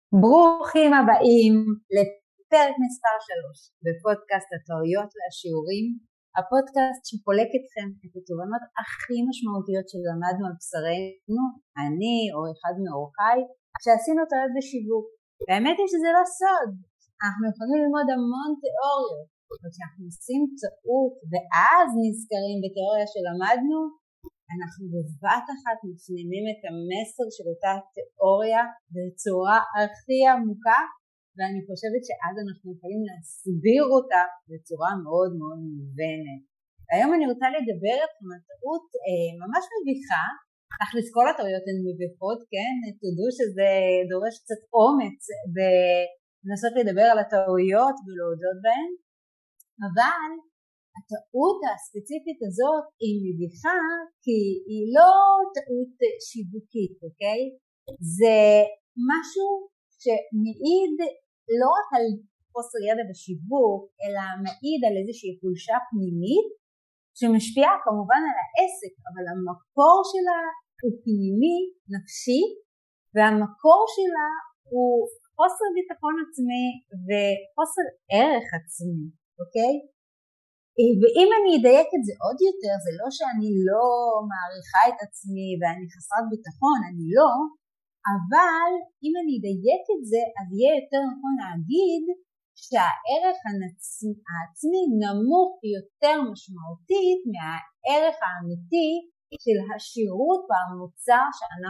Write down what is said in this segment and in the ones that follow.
ברוכים הבאים לפרק מספר 3 בפודקאסט הטעויות והשיעורים, הפודקאסט שחולק אתכם את התובנות הכי משמעותיות שלמדנו על בשרנו, אני או אחד מאורחיי, שעשינו טעויות בשיווק. והאמת היא שזה לא סוד, אנחנו יכולים ללמוד המון תיאוריות, אבל כשאנחנו עושים טעות ואז נזכרים בתיאוריה שלמדנו, אנחנו בבת אחת מפנימים את המסר של אותה תיאוריה בצורה הכי עמוקה, ואני חושבת שאז אנחנו יכולים להסביר אותה בצורה מאוד מאוד מובנת. היום אני רוצה לדבר איתכם על טעות ממש מביכה, תכלס כל הטעויות הן מביכות, כן? תודעו שזה דורש קצת אומץ בנסות לדבר על הטעויות ולהודות בהן, אבל הטעות הספציפית הזאת היא מביכה כי היא לא טעות שיווקית, אוקיי? זה משהו שמעיד לא רק על חוסר ידע בשיווק, אלא מעיד על איזושהי חולשה פנימית שמשפיעה כמובן על העסק, אבל המקור שלה הוא פנימי, נפשי, והמקור שלה הוא חוסר ביטחון עצמי וחוסר ערך עצמי, אוקיי? ואם אני אדייק את זה עוד יותר, זה לא שאני לא מעריכה את עצמי ואני חסרת ביטחון, אני לא, אבל אם אני אדייק את זה, אז יהיה יותר נכון להגיד שהערך העצמי נמוך יותר משמעותית מהערך האמיתי של השירות והמוצר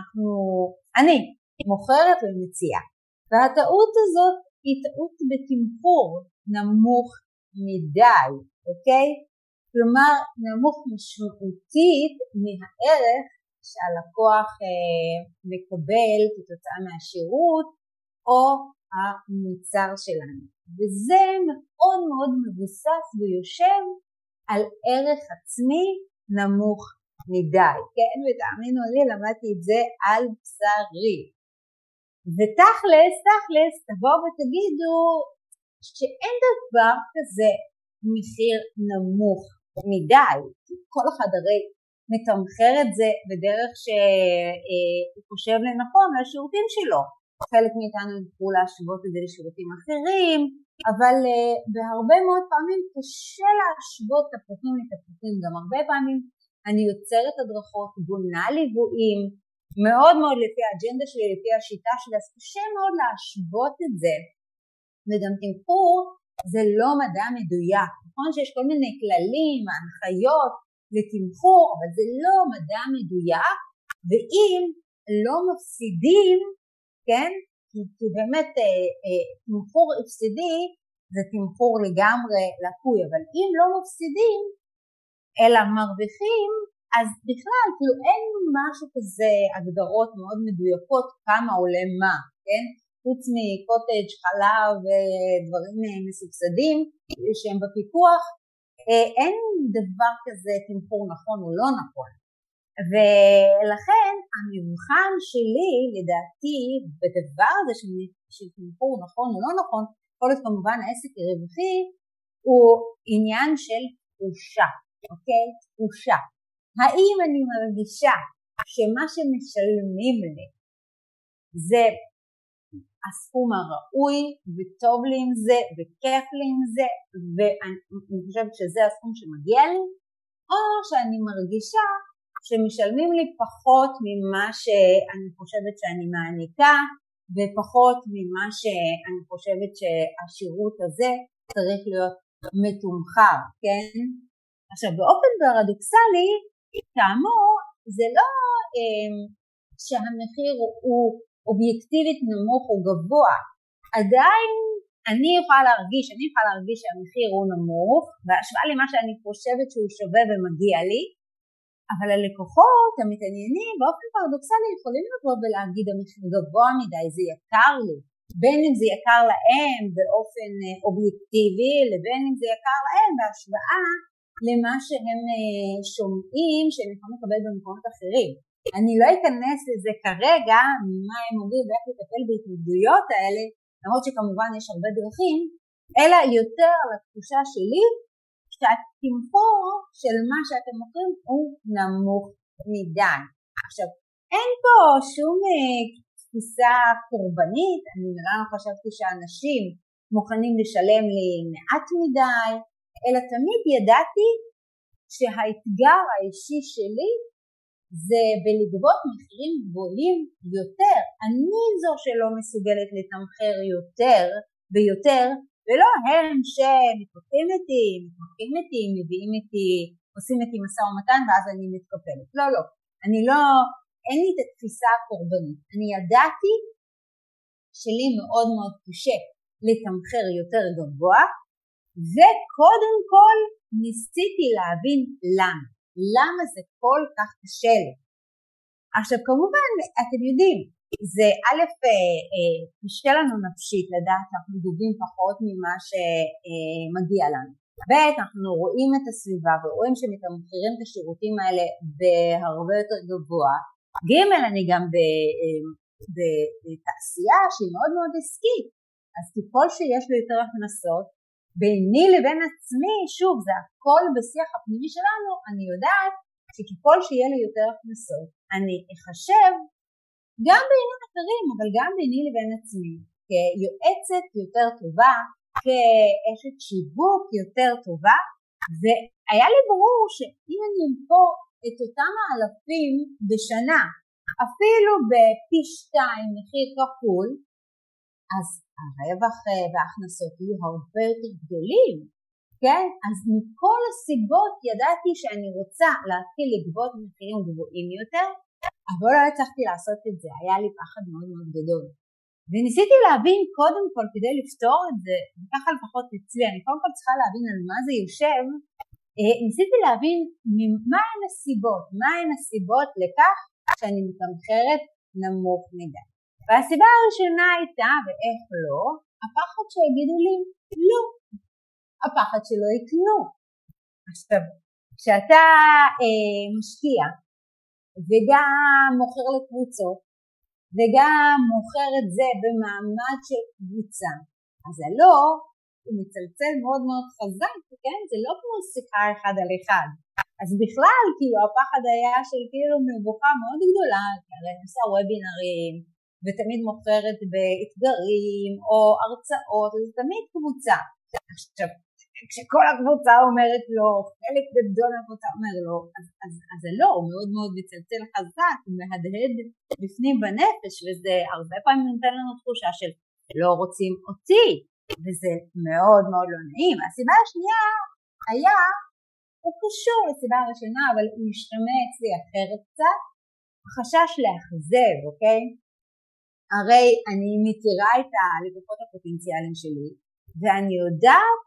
אני מוכרת ומציעה. והטעות הזאת היא טעות בתמחור נמוך מדי, אוקיי? כלומר, נמוך משמעותית מהערך שהלקוח מקבל כתוצאה מהשירות או המוצר שלנו. וזה מאוד מאוד מבוסס ויושב על ערך עצמי נמוך מדי. כן, ותאמינו לי, למדתי את זה על בשרי. ותכלס, תבואו ותגידו שאין דבר כזה מחיר נמוך מדי. כל אחד הרי מתמחר את זה בדרך שהוא חושב לנכון לשירותים שלו. חלק מאיתנו יוכלו להשוות את זה לשירותים אחרים, אבל בהרבה מאוד פעמים קשה להשוות תפוחים לתפוחים. גם הרבה פעמים אני יוצרת הדרכות, בונה ליוויים, מאוד מאוד לפי האג'נדה שלי, לפי השיטה שלי, אז קשה מאוד להשוות את זה. וגם תמחור זה לא מדע מדויק, נכון שיש כל מיני כללים, הנחיות לתמחור, אבל זה לא מדע מדויק, ואם לא מפסידים, כן, כי באמת תמחור הפסידי זה תמחור לגמרי לקוי, אבל אם לא מפסידים אלא מרוויחים, אז בכלל כאילו אין משהו כזה הגדרות מאוד מדויקות כמה עולה מה, כן? חוץ מקוטג', חלב ודברים מסובסדים שהם בפיקוח, אין דבר כזה תמחור נכון או לא נכון. ולכן המבחן שלי לדעתי בדבר הזה של תמחור נכון או לא נכון, כל עוד כמובן העסק הרווחי, הוא עניין של תחושה, אוקיי? תחושה. האם אני מרגישה שמה שמשלמים לי זה הסכום הראוי וטוב לי עם זה וכיף לי עם זה ואני חושבת שזה הסכום שמגיע לי, או שאני מרגישה שמשלמים לי פחות ממה שאני חושבת שאני מעניקה ופחות ממה שאני חושבת שהשירות הזה צריך להיות מתומחר, כן? עכשיו באופן פרדוקסלי, כאמור, זה לא שהמחיר הוא אובייקטיבית נמוך או גבוה, עדיין אני יכולה להרגיש שהמחיר הוא נמוך, בהשוואה למה שאני חושבת שהוא שווה ומגיע לי, אבל הלקוחות המתעניינים באופן פרדוקסלי יכולים לבוא ולהגיד המחיר גבוה מדי, זה יקר לי, בין אם זה יקר להם באופן אובייקטיבי, לבין אם זה יקר להם בהשוואה למה שהם שומעים שהם יכולים לקבל במקומות אחרים. אני לא אכנס לזה כרגע, מה הם אומרים ואיך לטפל בהתנגדויות האלה, למרות שכמובן יש הרבה דרכים, אלא יותר על התחושה שלי, שהתמחור של מה שאתם מוכרים הוא נמוך מדי. עכשיו, אין פה שום תפיסה קורבנית, אני מראש חשבתי שאנשים מוכנים לשלם לי מעט מדי, אלא תמיד ידעתי שהאתגר האישי שלי זה בלגבות מחירים גבוהים יותר. אני זו שלא מסוגלת לתמחר יותר ויותר, ולא הם שמתווכחים איתי, מביאים איתי, עושים איתי משא ומתן ואז אני מתקפלת. לא. אין לי את התפיסה הקורבנית. אני ידעתי שלי מאוד מאוד קשה לתמחר יותר גבוה, וקודם כל ניסיתי להבין למה זה כל כך קשה לי. עכשיו כמובן אתם יודעים, זה א' קשה לנו נפשית לדעת שאנחנו גובים פחות ממה שמגיע לנו. ב' אנחנו רואים את הסביבה ורואים שמתמחרים את השירותים האלה בהרבה יותר גבוה. ג' אני גם בתעשייה שהיא מאוד מאוד עסקית, אז ככל שיש לי יותר הכנסות, ביני לבין עצמי, שוב זה הכל בשיח הפנימי שלנו, אני יודעת שככל שיהיה לי יותר הכנסות, אני אחשב גם בעניין אחרים, אבל גם ביני לבין עצמי, כיועצת יותר טובה, כאשת שיווק יותר טובה, והיה לי ברור שאם אני אמכור את אותם האלפים בשנה, אפילו בפי 2 מחיר כפול, אז הרווח וההכנסות יהיו הרבה יותר גדולים, כן? אז מכל הסיבות ידעתי שאני רוצה להתחיל לגבות מחירים גבוהים יותר, אבל לא הצלחתי לעשות את זה, היה לי פחד מאוד מאוד גדול. וניסיתי להבין קודם כל כדי לפתור את זה, וככה לפחות אצלי, אני קודם כל צריכה להבין על מה זה יושב, ניסיתי להבין מהן הסיבות לכך שאני מתמחרת נמוך מדי. והסיבה הראשונה הייתה, ואיך לא, הפחד שיגידו לי לא, הפחד שלא יקנו. עכשיו, כשאתה משקיע וגם מוכר לקבוצות וגם מוכר את זה במעמד של קבוצה, אז הלא הוא מצלצל מאוד מאוד חזק, כן? זה לא כמו שיחה אחד על אחד. אז בכלל, כאילו, הפחד היה של כאילו מבוכה מאוד גדולה, כי אני עושה וובינרים, ותמיד מוכרת באתגרים או הרצאות, אז תמיד קבוצה. עכשיו, כשכל הקבוצה אומרת לו, חלק גדול מהקבוצה אומר לו, אז לא, הוא מאוד מאוד מצלצל חזק, הוא מהדהד בפנים בנפש, וזה הרבה פעמים נותן לנו תחושה של לא רוצים אותי, וזה מאוד מאוד לא נעים. הסיבה השנייה היה, הוא קשור לסיבה הראשונה, אבל הוא משתמע אצלי אחרת קצת, החשש לאכזב, אוקיי? הרי אני מכירה את הלקוחות הפוטנציאליים שלי, ואני יודעת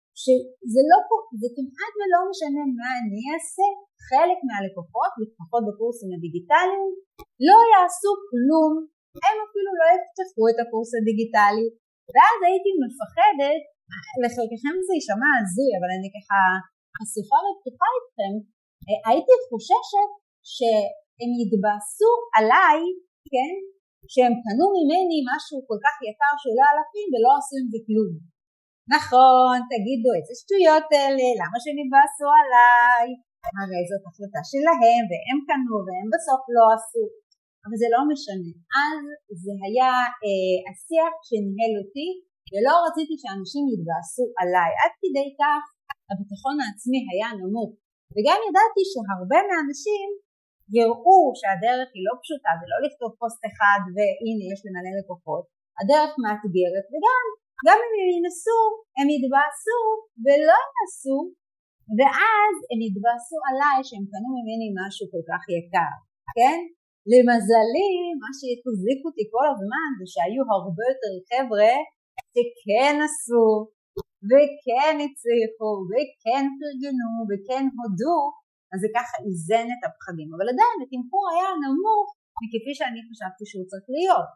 שזה כמעט ולא משנה מה אני אעשה, חלק מהלקוחות, לפחות בקורסים הדיגיטליים, לא יעשו כלום, הם אפילו לא יפתחו את הקורס הדיגיטלי, ואז הייתי מפחדת, לחלקכם זה יישמע הזוי, אבל אני ככה חשיפה ופתוחה איתכם, הייתי חוששת שהם יתבאסו עליי, כן? שהם קנו ממני משהו כל כך יקר שעולה אלפים ולא עשו עם זה כלום. נכון, תגידו איזה שטויות אלה, למה שהם יתבאסו עליי? הרי זאת החלטה שלהם והם קנו והם בסוף לא עשו. אבל זה לא משנה. אז זה היה השיח שניהל אותי ולא רציתי שאנשים יתבאסו עליי. עד כדי כך הביטחון העצמי היה נמוך. וגם ידעתי שהרבה מהאנשים יראו שהדרך היא לא פשוטה, זה לא לכתוב פוסט אחד והנה יש למלא לקוחות, הדרך מאתגרת, וגם אם הם ינסו, הם יתבאסו ולא ינסו, ואז הם יתבאסו עליי שהם קנו ממני משהו כל כך יקר, כן? למזלי, מה שהחזיק אותי כל הזמן זה שהיו הרבה יותר חבר'ה שכן עשו, וכן הצליחו, וכן פרגנו, וכן הודו, אז זה ככה איזן את הפחדים, אבל עדיין התמחור היה נמוך מכפי שאני חשבתי שהוא צריך להיות.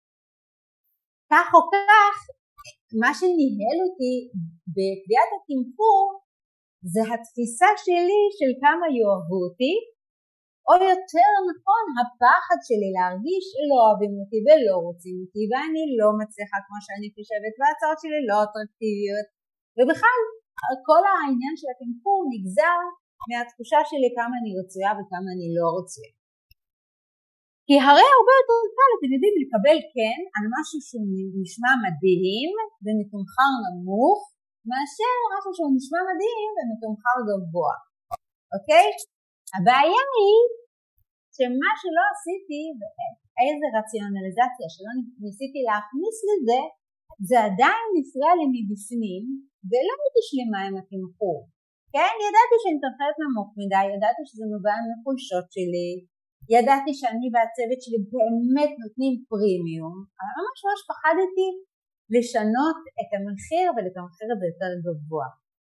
כך או כך, מה שניהל אותי בקביעת התמחור זה התפיסה שלי של כמה יאהבו אותי, או יותר נכון הפחד שלי להרגיש שלא אוהבים אותי ולא רוצים אותי ואני לא מצליחה כמו שאני חושבת וההצעות שלי לא אטרקטיביות, ובכלל כל העניין של התמחור נגזר מהתחושה שלי כמה אני רצויה וכמה אני לא רצויה. כי הרי הרבה יותר קל, אתם יודעים, לקבל כן על משהו שהוא נשמע מדהים ומתומחר נמוך, מאשר משהו שהוא נשמע מדהים ומתומחר גבוה. אוקיי? הבעיה היא שמה שלא עשיתי, איזה רציונליזציה שלא ניסיתי להכניס לזה, זה עדיין נפריע לי מבפנים, ולא הייתי שלמה עם התמחור. כן? ידעתי שאני מתמחרת נמוך מדי, ידעתי שזה נובע מחולשות שלי, ידעתי שאני והצוות שלי באמת נותנים פרימיום, אבל ממש פחדתי לשנות את המחיר ולתמחר את זה יותר גבוה.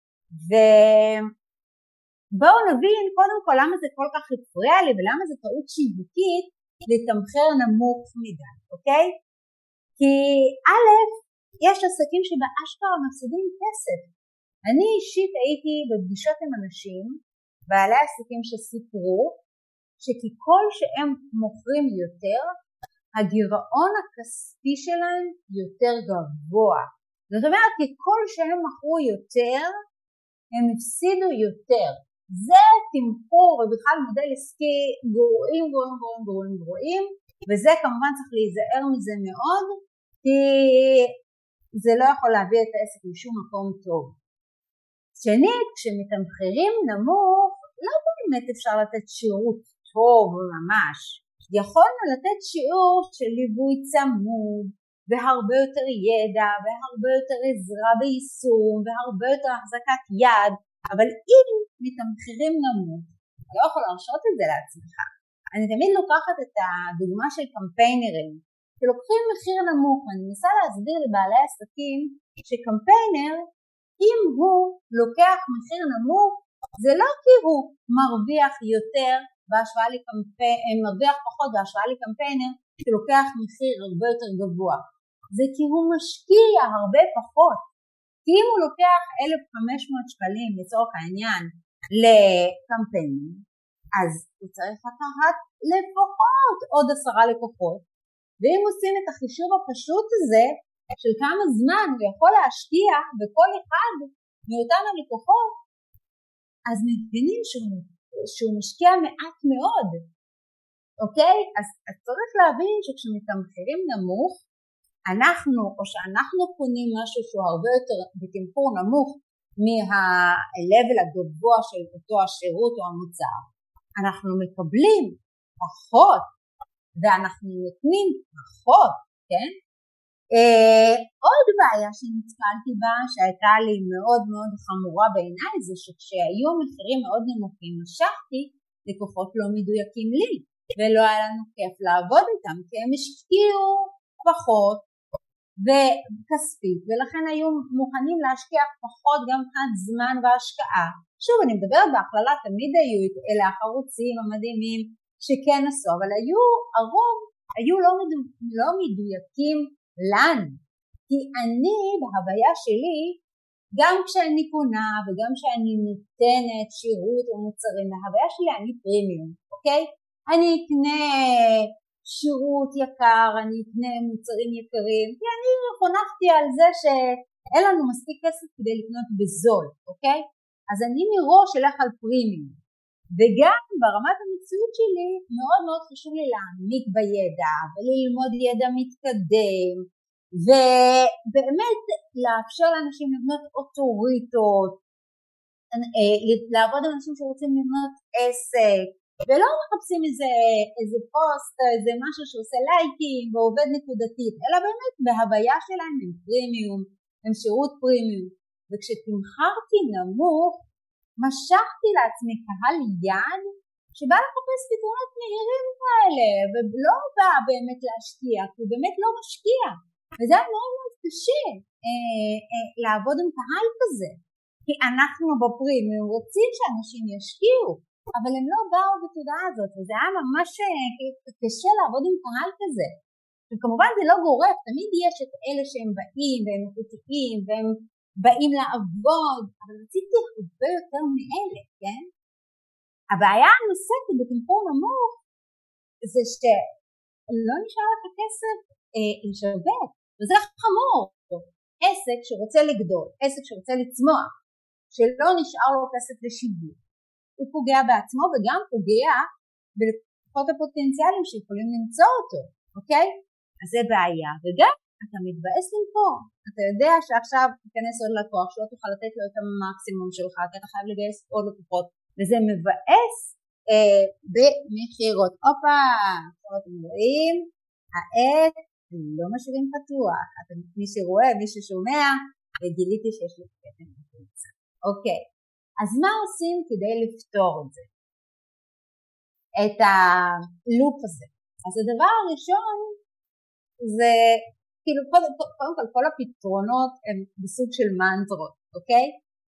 ובואו נבין קודם כל למה זה כל כך הפריע לי ולמה זה טעות שיווקית לתמחר נמוך מדי, אוקיי? כי א', יש עסקים שבאשכרה מפסידים כסף. אני אישית הייתי בפגישות עם אנשים, בעלי עסקים שסיפרו, שככל שהם מוכרים יותר, הגירעון הכספי שלהם יותר גבוה. זאת אומרת, ככל שהם מכרו יותר, הם הפסידו יותר. זה תמחור ובכלל מודל עסקי גרועים, וזה כמובן צריך להיזהר מזה מאוד, כי זה לא יכול להביא את העסק לשום מקום טוב. שנית, כשמתמחרים נמוך, לא באמת אפשר לתת שירות טוב ממש. יכולנו לתת שיעור של ליווי צמוד, והרבה יותר ידע, והרבה יותר עזרה ביישום, והרבה יותר החזקת יד, אבל אם מתמחרים נמוך, אתה לא יכול להרשות את זה לעצמך. אני תמיד לוקחת את הדוגמה של קמפיינרים, שלוקחים מחיר נמוך, ואני מנסה להסביר לבעלי עסקים שקמפיינר, אם הוא לוקח מחיר נמוך, זה לא כי הוא מרוויח יותר בהשוואה לקמפיינר, מרוויח פחות בהשוואה לקמפיינר, שלוקח מחיר הרבה יותר גבוה. זה כי הוא משקיע הרבה פחות. כי אם הוא לוקח 1,500 שקלים לצורך העניין לקמפיינר, אז הוא צריך לקחת לפחות עוד 10 לקוחות, ואם עושים את החישוב הפשוט הזה, של כמה זמן הוא יכול להשקיע בכל אחד מאותם הלקוחות, אז מבינים שהוא משקיע מעט מאוד. אוקיי? אז צריך להבין שכשמתמחרים נמוך, או שאנחנו קונים משהו שהוא הרבה יותר בתמחור נמוך מה-level הגבוה של אותו השירות או המוצר, אנחנו מקבלים פחות, ואנחנו נותנים פחות, כן? עוד בעיה שנתקלתי בה, שהייתה לי מאוד מאוד חמורה בעיניי, זה שכשהיו מחירים מאוד נמוכים, משכתי לקוחות לא מדויקים לי, ולא היה לנו כיף לעבוד איתם, כי הם השקיעו פחות וכספית, ולכן היו מוכנים להשקיע פחות גם כאן זמן והשקעה. שוב, אני מדברת בהכללה, תמיד היו אלה החרוצים המדהימים שכן עשו, אבל הרוב היו לא מדויקים לנו, כי אני בהוויה שלי, גם כשאני קונה וגם כשאני נותנת שירות או מוצרים, בהוויה שלי אני פרימיום, אוקיי? אני אקנה שירות יקר, אני אקנה מוצרים יקרים, כי אני חונכתי על זה שאין לנו מספיק כסף כדי לקנות בזול, אוקיי? אז אני מראש אלך על פרימיום. וגם ברמת המקצועית שלי מאוד מאוד חשוב לי להעמיק בידע וללמוד ידע מתקדם, ובאמת לאפשר לאנשים לבנות אוטוריטות, לעבוד עם אנשים שרוצים לבנות עסק, ולא מחפשים איזה פוסט, איזה משהו שעושה לייקים ועובד נקודתית, אלא באמת בהוויה שלהם הם פרימיום, הם שירות פרימיום. וכשתמחרתי נמוך, משכתי לעצמי קהל יד שבא לחפש פתרונות מהירים כאלה, ולא בא באמת להשקיע, כי הוא באמת לא משקיע. וזה היה מאוד מאוד קשה לעבוד עם קהל כזה, כי אנחנו בפרימיום רוצים שאנשים ישקיעו, אבל הם לא באו בתודעה הזאת, וזה היה ממש קשה לעבוד עם קהל כזה. וכמובן זה לא גורף, תמיד יש את אלה שהם באים והם איכותיים והם באים לעבוד, אבל רציתי הרבה יותר מאלה, כן? הבעיה הנוספת בתמחור נמוך זה שלא נשאר לך כסף לשווק, וזה חמור. עסק שרוצה לגדול, עסק שרוצה לצמוח, שלא נשאר לו כסף לשיווק, הוא פוגע בעצמו וגם פוגע הלקוחות הפוטנציאליים שיכולים למצוא אותו, אוקיי? אז זה בעיה, וגם אתה מתבאס למכור, אתה יודע שעכשיו תיכנס עוד לקוח שלא תוכל לתת לו את המקסימום שלך, כי אתה חייב לגייס עוד לקוחות, וזה מבאס במחירות. אופה, עכשיו אתם רואים, העט לא משאירים פתוח, מי שרואה, מי ששומע, וגיליתי שיש לי קטן בחולצה. אוקיי, אז מה עושים כדי לפתור את זה? את הלופ הזה. אז הדבר הראשון זה, כאילו קודם כל הפתרונות הם בסוג של מנטרות, אוקיי?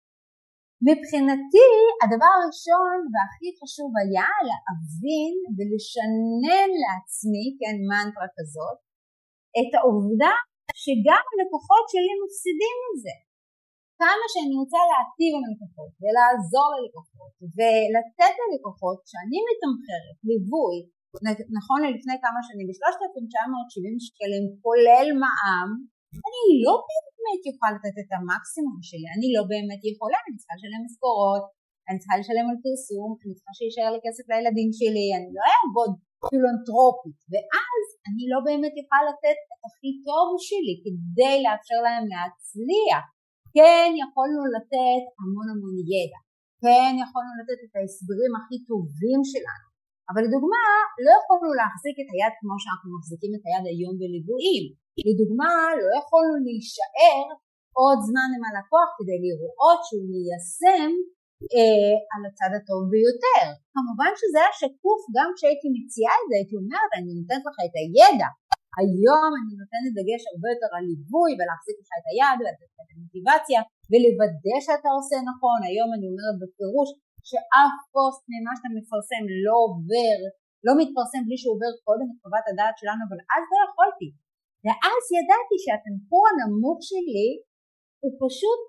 מבחינתי הדבר הראשון והכי חשוב היה להבין ולשנן לעצמי, כן, מנטרה כזאת, את העובדה שגם הלקוחות שלי מפסידים מזה. כמה שאני רוצה להטיב עם הלקוחות ולעזור ללקוחות ולתת ללקוחות שאני מתמחרת ליווי, נכון לפני כמה שנים, ב3,970 שקלים כולל מע"מ, אני לא באמת יכולה לתת את המקסימום שלי, אני לא באמת יכולה, אני צריכה לשלם משכורות, אני צריכה לשלם על פרסום, אני צריכה שישאר לי כסף לילדים שלי, אני לא אעבוד פילנתרופית, ואז אני לא באמת יכולה לתת את הכי טוב שלי כדי לאפשר להם להצליח. כן, יכולנו לתת המון ידע, כן, יכולנו לתת את ההסברים הכי טובים שלנו, אבל לדוגמה, לא יכולנו להחזיק את היד כמו שאנחנו מחזיקים את היד היום בליוויים. לדוגמה, לא יכולנו להישאר עוד זמן עם הלקוח כדי לראות שהוא מיישם על הצד הטוב ביותר. כמובן שזה היה שקוף גם כשהייתי מציעה את זה, הייתי אומרת, אני נותנת לך את הידע. היום אני נותנת דגש הרבה יותר על ליווי ולהחזיק לך את היד ולתת את המוטיבציה ולוודא שאתה עושה נכון. היום אני אומרת בפירוש שאף פוסט ממה שאתה מפרסם לא עובר, לא מתפרסם בלי שהוא עובר קודם את חוות הדעת שלנו, אבל אז לא יכולתי. ואז ידעתי שהתמחור הנמוך שלי הוא פשוט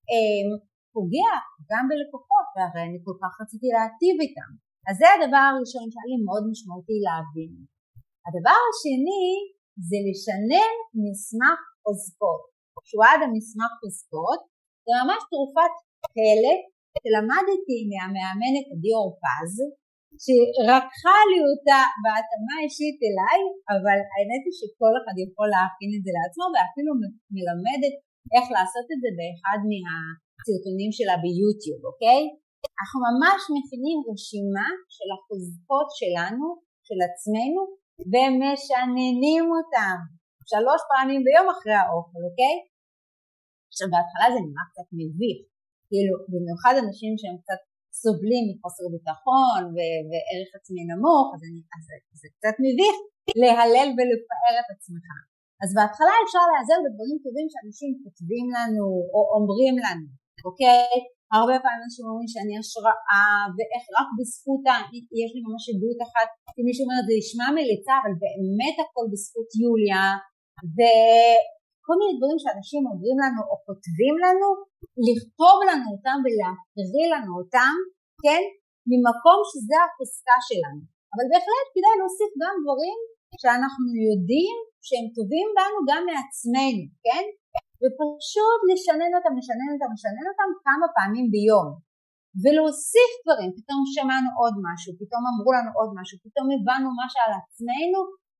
פוגע גם בלקוחות, והרי אני כל כך רציתי להטיב איתם. אז זה הדבר הראשון שהיה לי מאוד משמעותי להבין. הדבר השני זה לשנן מסמך חוזקות. שועד המסמך חוזקות זה ממש תרופת פלא שלמדתי מהמאמנת עדי אורפז, שרקחה לי אותה בהתאמה אישית אליי, אבל האמת היא שכל אחד יכול להכין את זה לעצמו, ואפילו מלמדת איך לעשות את זה באחד מהסרטונים שלה ביוטיוב, אוקיי? אנחנו ממש מכינים רשימה של החוזקות שלנו, של עצמנו, ומשננים אותם 3 פעמים ביום אחרי האוכל, אוקיי? עכשיו בהתחלה זה נראה קצת מביך, כאילו במיוחד אנשים שהם קצת סובלים מחוסר ביטחון וערך עצמי נמוך, אז זה קצת מביך להלל ולפאר את עצמך. אז בהתחלה אפשר להיעזר בדברים טובים שאנשים כותבים לנו או אומרים לנו, אוקיי? הרבה פעמים אנשים אומרים שאני השראה ואיך רק בזכות, יש לי ממש עדות אחת, כי מישהו אומר זה ישמע מליצה, אבל באמת הכל בזכות יוליה, וכל מיני דברים שאנשים אומרים לנו או כותבים לנו, לכתוב לנו אותם ולהקריא לנו אותם, כן? ממקום שזה החוזקה שלנו. אבל בהחלט כדאי להוסיף גם דברים שאנחנו יודעים שהם טובים בנו גם מעצמנו, כן? ופשוט לשנן אותם כמה פעמים ביום. ולהוסיף דברים, פתאום שמענו עוד משהו, פתאום אמרו לנו עוד משהו, פתאום הבנו משהו על עצמנו,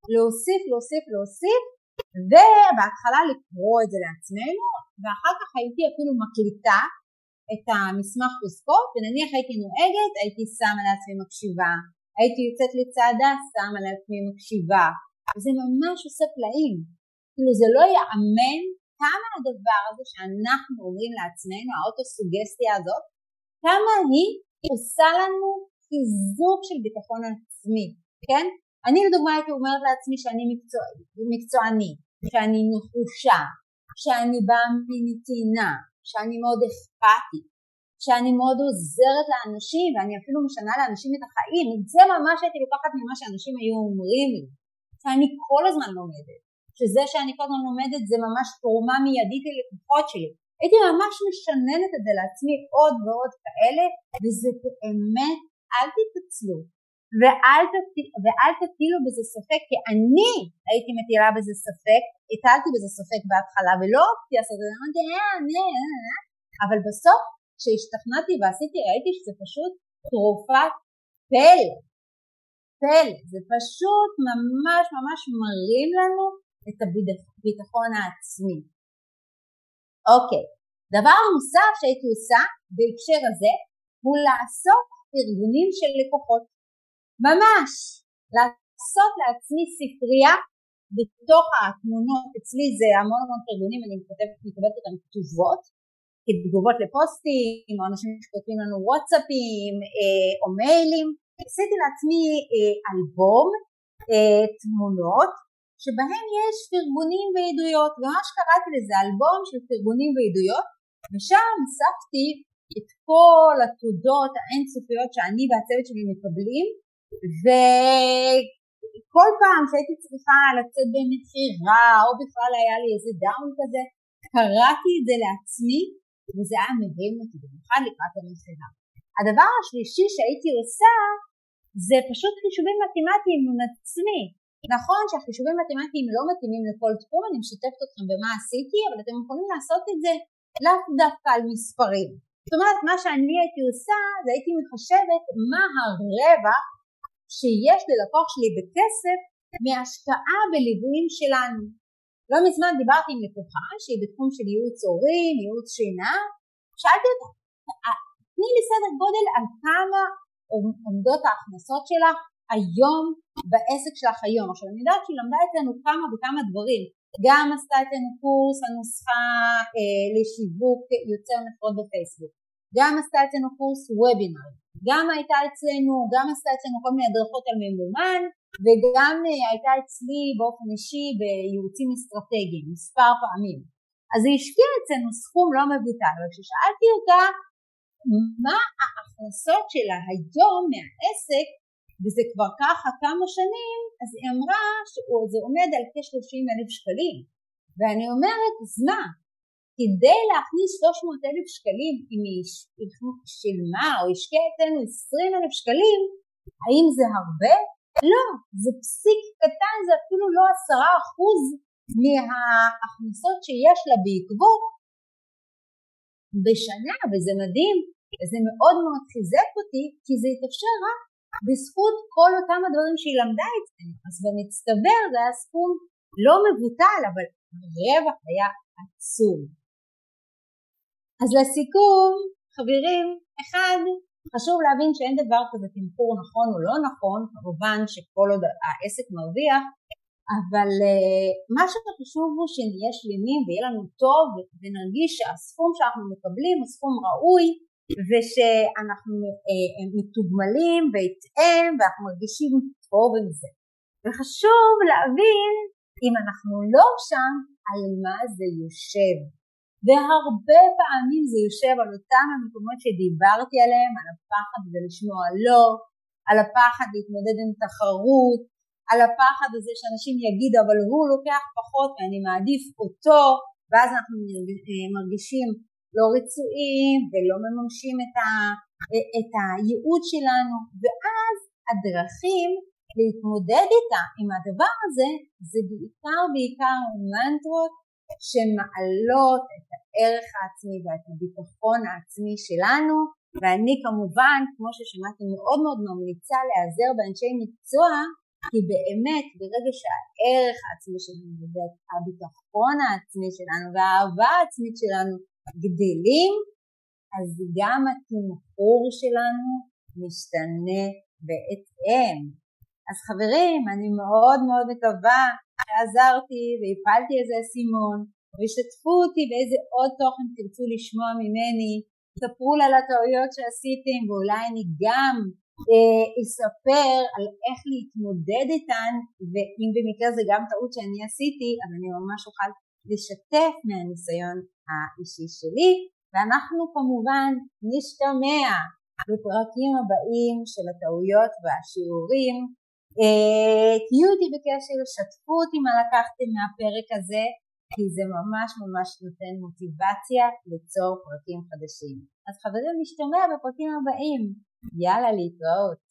להוסיף, ובהתחלה לקרוא את זה לעצמנו, ואחר כך הייתי אפילו מקליטה את המסמך חוזקות, ונניח הייתי נוהגת, הייתי שמה לעצמי מקשיבה, הייתי יוצאת לצעדה, שמה לעצמי מקשיבה, וזה ממש עושה פלאים. כאילו זה לא יאמן כמה הדבר הזה שאנחנו אומרים לעצמנו, האוטוסוגסטיה הזאת, כמה היא עושה לנו חיזוק של ביטחון עצמי, כן? אני לדוגמה הייתי אומרת לעצמי שאני מקצועני, שאני נחושה, שאני באה מנתינה, שאני מאוד אכפתית, שאני מאוד עוזרת לאנשים, ואני אפילו משנה לאנשים את החיים. זה ממש הייתי לוקחת ממה שאנשים היו אומרים לי, שאני כל הזמן לומדת, שזה שאני כל הזמן לומדת זה ממש תרומה מיידית ללקוחות שלי. הייתי ממש משננת את זה לעצמי עוד ועוד כאלה, וזה באמת, אל תתעצלו, ואל תטילו בזה ספק, כי אני הייתי מטילה בזה ספק, הטלתי בזה ספק בהתחלה, ולא אופתי לעשות את זה, אבל בסוף, כשהשתכנעתי ועשיתי, ראיתי שזה פשוט תרופת פלא. פלא, זה פשוט ממש ממש מרים לנו את הביטחון העצמי. אוקיי, דבר נוסף שהייתי עושה בהקשר הזה הוא לעשות ארגונים של לקוחות. ממש, לעשות לעצמי ספרייה בתוך התמונות. אצלי זה המון המון ארגונים, אני מקבלת אותם כתובות, כתגובות לפוסטים, או אנשים שכותבים לנו וואטסאפים או מיילים. עשיתי לעצמי אלבום תמונות שבהם יש פרגונים ועדויות, וממש קראתי לזה אלבום של פרגונים ועדויות, ושם אספתי את כל התודות האינסופיות שאני והצוות שלי מקבלים, וכל פעם שהייתי צריכה לצאת במכירה, או בכלל היה לי איזה דאון כזה, קראתי את זה לעצמי, וזה היה מרים אותי במיוחד לקראת המכירה. הדבר השלישי שהייתי עושה, זה פשוט חישובים מתמטיים עם עצמי. נכון שהחישובים מתמטיים לא מתאימים לכל תחום, אני משתפת אתכם במה עשיתי, אבל אתם יכולים לעשות את זה לאו דווקא על מספרים. זאת אומרת, מה שאני הייתי עושה, זה הייתי מחשבת מה הרווח שיש ללקוח שלי בכסף מהשקעה בליוויים שלנו. לא מזמן דיברתי עם לקוחה שהיא בתחום של ייעוץ הורים, ייעוץ שינה, שאלתי אותה, תני לי סדר גודל על כמה עומדות ההכנסות שלך היום בעסק שלך היום. עכשיו אני יודעת שהיא למדה אצלנו כמה וכמה דברים, גם עשתה אצלנו קורס הנוסחה לשיווק יוצר מכירות בפייסבוק, גם עשתה אצלנו קורס וובינר, גם הייתה אצלנו, גם עשתה אצלנו כל מיני הדרכות על ממומן, וגם הייתה אצלי באופן אישי בייעוצים אסטרטגיים מספר פעמים. אז היא השקיעה אצלנו סכום לא מבוטל, וכששאלתי אותה מה ההכנסות שלה היום מהעסק, וזה כבר ככה כמה שנים, אז היא אמרה שזה עומד על כ-30,000 שקלים. ואני אומרת, אז מה? כדי להכניס 300,000 שקלים, אם היא שילמה או השקיעה אצלנו 20,000 שקלים, האם זה הרבה? לא, זה פסיק קטן, זה אפילו לא 10% מההכנסות שיש לה בעקבות בשנה, וזה מדהים, וזה מאוד מאוד חיזק אותי, כי זה התאפשר רק בזכות כל אותם הדברים שהיא למדה אצלנו. אז במצטבר זה היה סכום לא מבוטל, אבל הרווח היה עצום. אז לסיכום, חברים, אחד, חשוב להבין שאין דבר כזה תמחור נכון או לא נכון, כמובן שכל עוד העסק מרוויח, אבל מה שחשוב הוא שנהיה שלמים ויהיה לנו טוב ונרגיש שהסכום שאנחנו מקבלים הוא סכום ראוי, ושאנחנו מתוגמלים בהתאם ואנחנו מרגישים טוב עם זה. וחשוב להבין אם אנחנו לא שם על מה זה יושב. והרבה פעמים זה יושב על אותם המקומות שדיברתי עליהם, על הפחד ולשמוע לא, על הפחד להתמודד עם תחרות, על הפחד הזה שאנשים יגידו אבל הוא לוקח פחות ואני מעדיף אותו, ואז אנחנו מרגישים לא רצויים ולא מממשים את הייעוד שלנו, ואז הדרכים להתמודד איתה עם הדבר הזה זה בעיקר מנטרות שמעלות את הערך העצמי ואת הביטחון העצמי שלנו. ואני כמובן, כמו ששמעתי, מאוד מאוד ממליצה להיעזר באנשי מקצוע, כי באמת ברגע שהערך העצמי שלנו והביטחון העצמי שלנו והאהבה העצמית שלנו גדלים, אז גם התמחור שלנו משתנה בהתאם. אז חברים, אני מאוד מאוד מקווה שעזרתי והפלתי איזה אסימון, ושתפו אותי באיזה עוד תוכן תרצו לשמוע ממני, ספרו לי על הטעויות שעשיתם, ואולי אני גם אספר על איך להתמודד איתן, ואם במקרה זה גם טעות שאני עשיתי, אז אני ממש אוכל לשתף מהניסיון האישי שלי, ואנחנו כמובן נשתמע בפרקים הבאים של הטעויות והשיעורים. תהיו אותי בקשר, שתפו אותי מה לקחתם מהפרק הזה, כי זה ממש ממש נותן מוטיבציה ליצור פרקים חדשים. אז חברים, נשתמע בפרקים הבאים. יאללה, להתראות.